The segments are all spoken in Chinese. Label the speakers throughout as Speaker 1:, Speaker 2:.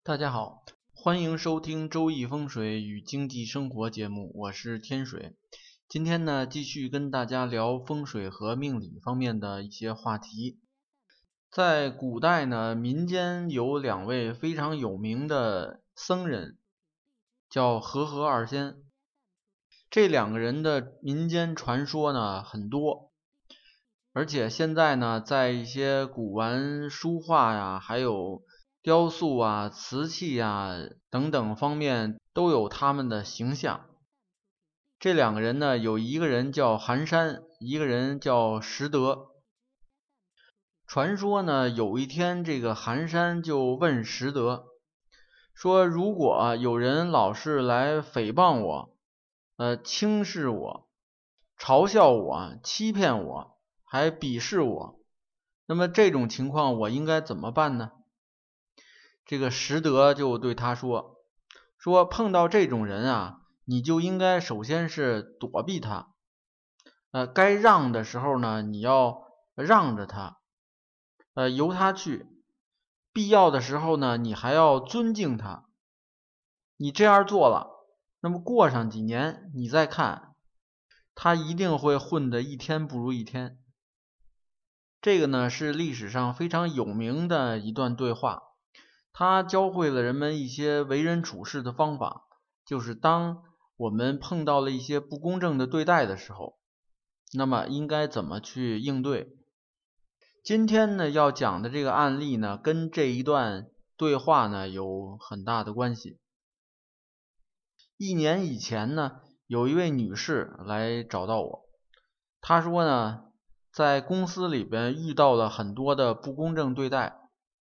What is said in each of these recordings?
Speaker 1: 大家好，欢迎收听周易风水与经济生活节目，我是天水。今天呢，继续跟大家聊风水和命理方面的一些话题。在古代呢，民间有两位非常有名的僧人，叫和合二仙。这两个人的民间传说呢很多，而且现在呢，在一些古玩书画呀，还有雕塑啊、瓷器啊等等方面都有他们的形象。这两个人呢，有一个人叫寒山，一个人叫拾得。传说呢，有一天这个寒山就问拾得说，如果有人老是来诽谤我，轻视我，嘲笑我，欺骗我，还鄙视我，那么这种情况我应该怎么办呢？这个拾得就对他说碰到这种人啊，你就应该首先是躲避他，该让的时候呢，你要让着他，由他去，必要的时候呢，你还要尊敬他。你这样做了，那么过上几年你再看，他一定会混得一天不如一天。这个呢是历史上非常有名的一段对话，他教会了人们一些为人处事的方法，就是当我们碰到了一些不公正的对待的时候，那么应该怎么去应对。今天呢要讲的这个案例呢，跟这一段对话呢有很大的关系。1年以前呢，有一位女士来找到我，她说呢，在公司里边遇到了很多的不公正对待。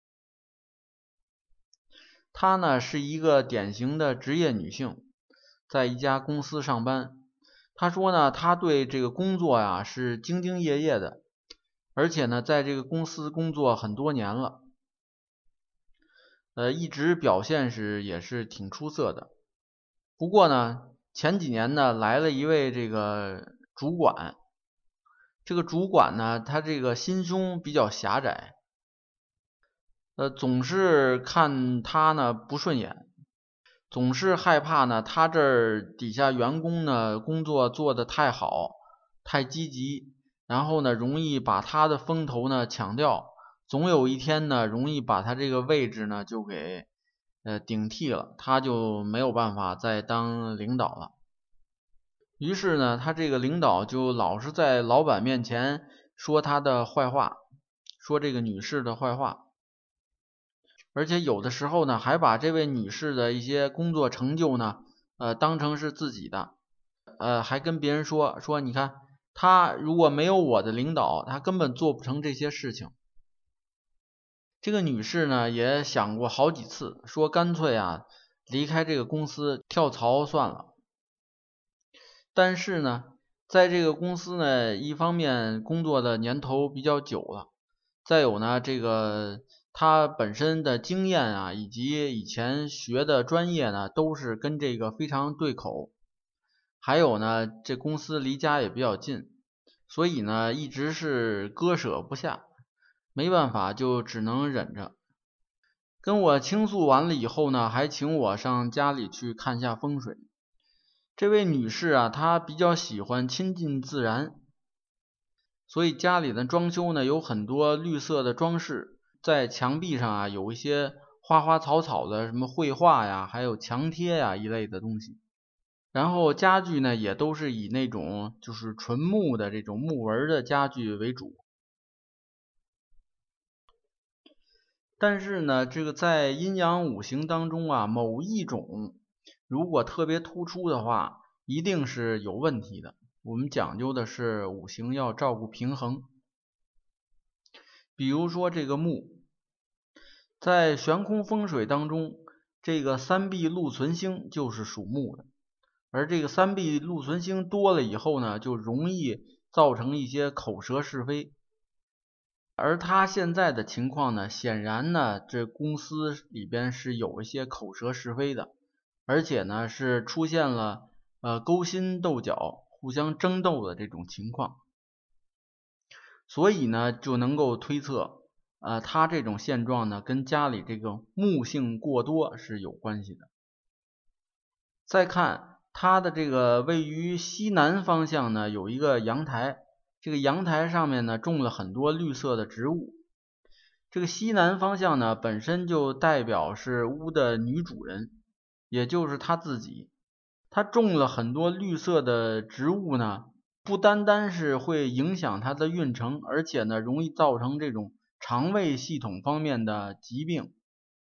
Speaker 1: 她呢是一个典型的职业女性，在一家公司上班。她说呢，她对这个工作呀是兢兢业业的，而且呢在这个公司工作很多年了，一直表现也是挺出色的。不过呢，前几年呢来了一位这个主管，这个主管呢他这个心胸比较狭窄，总是看他呢不顺眼，总是害怕呢他这儿底下员工呢工作做得太好太积极，然后呢容易把他的风头呢抢掉，总有一天呢容易把他这个位置呢就给顶替了，他就没有办法再当领导了。于是呢他这个领导就老是在老板面前说他的坏话，说这个女士的坏话，而且有的时候呢还把这位女士的一些工作成就呢当成是自己的，还跟别人说你看她如果没有我的领导，她根本做不成这些事情。这个女士呢也想过好几次，说干脆啊离开这个公司跳槽算了。但是呢在这个公司呢，一方面工作的年头比较久了，再有呢这个他本身的经验啊，以及以前学的专业呢都是跟这个非常对口，还有呢这公司离家也比较近，所以呢一直是割舍不下，没办法就只能忍着。跟我倾诉完了以后呢，还请我上家里去看下风水。这位女士啊，她比较喜欢亲近自然，所以家里的装修呢有很多绿色的装饰，在墙壁上啊有一些花花草草的什么绘画呀，还有墙贴呀一类的东西。然后家具呢也都是以那种就是纯木的这种木纹的家具为主。但是呢这个在阴阳五行当中啊，某一种如果特别突出的话，一定是有问题的。我们讲究的是五行要照顾平衡。比如说这个木，在悬空风水当中，这个三碧禄存星就是属木的，而这个三碧禄存星多了以后呢，就容易造成一些口舌是非。而他现在的情况呢，显然呢这公司里边是有一些口舌是非的，而且呢是出现了勾心斗角互相争斗的这种情况。所以呢就能够推测他这种现状呢，跟家里这个木性过多是有关系的。再看他的这个位于西南方向呢，有一个阳台，这个阳台上面呢种了很多绿色的植物。这个西南方向呢，本身就代表是屋的女主人，也就是他自己。他种了很多绿色的植物呢，不单单是会影响他的运程，而且呢，容易造成这种肠胃系统方面的疾病。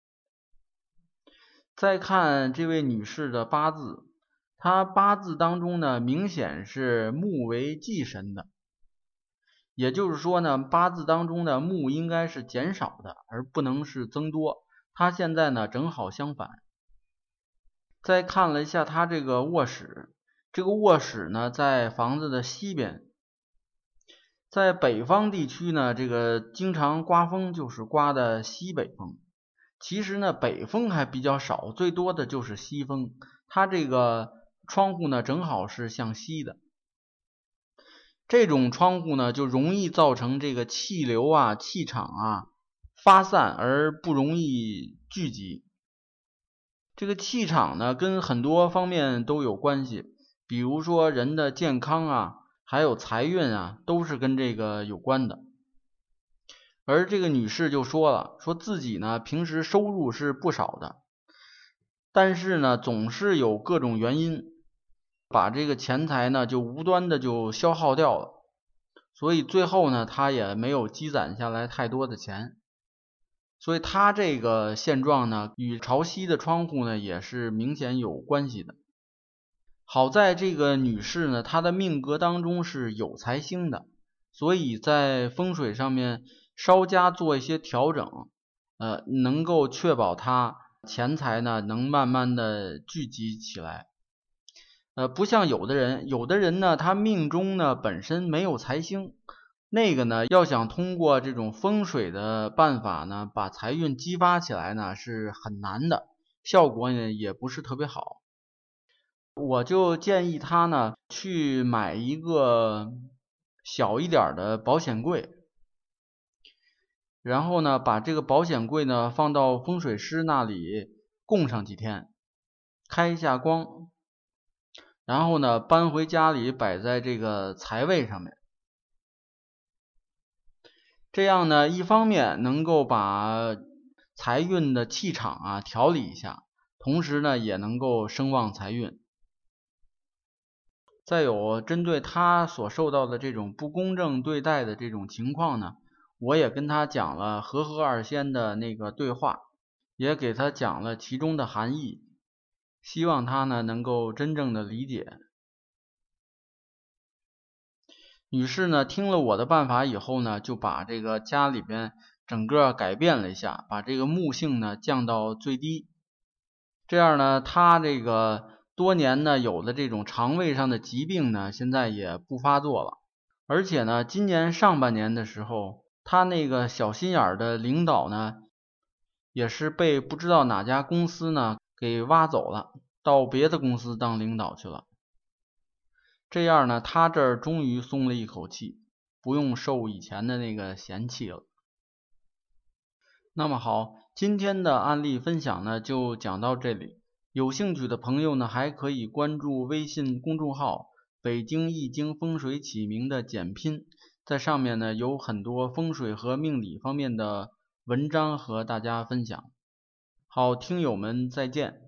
Speaker 1: 再看这位女士的八字，她八字当中呢，明显是木为忌神的，也就是说呢，八字当中的木应该是减少的，而不能是增多。她现在呢，正好相反。再看了一下她这个卧室，这个卧室呢，在房子的西边。在北方地区呢，这个经常刮风就是刮的西北风。其实呢，北风还比较少，最多的就是西风。它这个窗户呢，正好是向西的。这种窗户呢，就容易造成这个气流啊、气场啊发散，而不容易聚集。这个气场呢，跟很多方面都有关系，比如说人的健康啊，还有财运啊，都是跟这个有关的。而这个女士就说了，说自己呢平时收入是不少的，但是呢总是有各种原因，把这个钱财呢就无端的就消耗掉了，所以最后呢她也没有积攒下来太多的钱。所以她这个现状呢与朝西的窗户呢也是明显有关系的。好在这个女士呢，她的命格当中是有财星的，所以在风水上面稍加做一些调整，能够确保她钱财呢能慢慢的聚集起来。不像有的人呢，他命中呢本身没有财星，那个呢要想通过这种风水的办法呢，把财运激发起来呢是很难的，效果呢也不是特别好。我就建议他呢去买一个小一点的保险柜，然后呢把这个保险柜呢放到风水师那里供上几天，开一下光，然后呢搬回家里摆在这个财位上面。这样呢一方面能够把财运的气场啊调理一下，同时呢也能够声旺财运。再有针对他所受到的这种不公正对待的这种情况呢，我也跟他讲了和合二仙的那个对话，也给他讲了其中的含义，希望他呢能够真正的理解。女士呢听了我的办法以后呢，就把这个家里边整个改变了一下，把这个木性呢降到最低，这样呢她这个多年呢有的这种肠胃上的疾病呢现在也不发作了。而且呢今年上半年的时候，他那个小心眼的领导呢也是被不知道哪家公司呢给挖走了，到别的公司当领导去了。这样呢他这儿终于松了一口气，不用受以前的那个嫌弃了。那么好，今天的案例分享呢就讲到这里，有兴趣的朋友呢还可以关注微信公众号北京易经风水起名的简拼，在上面呢有很多风水和命理方面的文章和大家分享。好，听友们再见。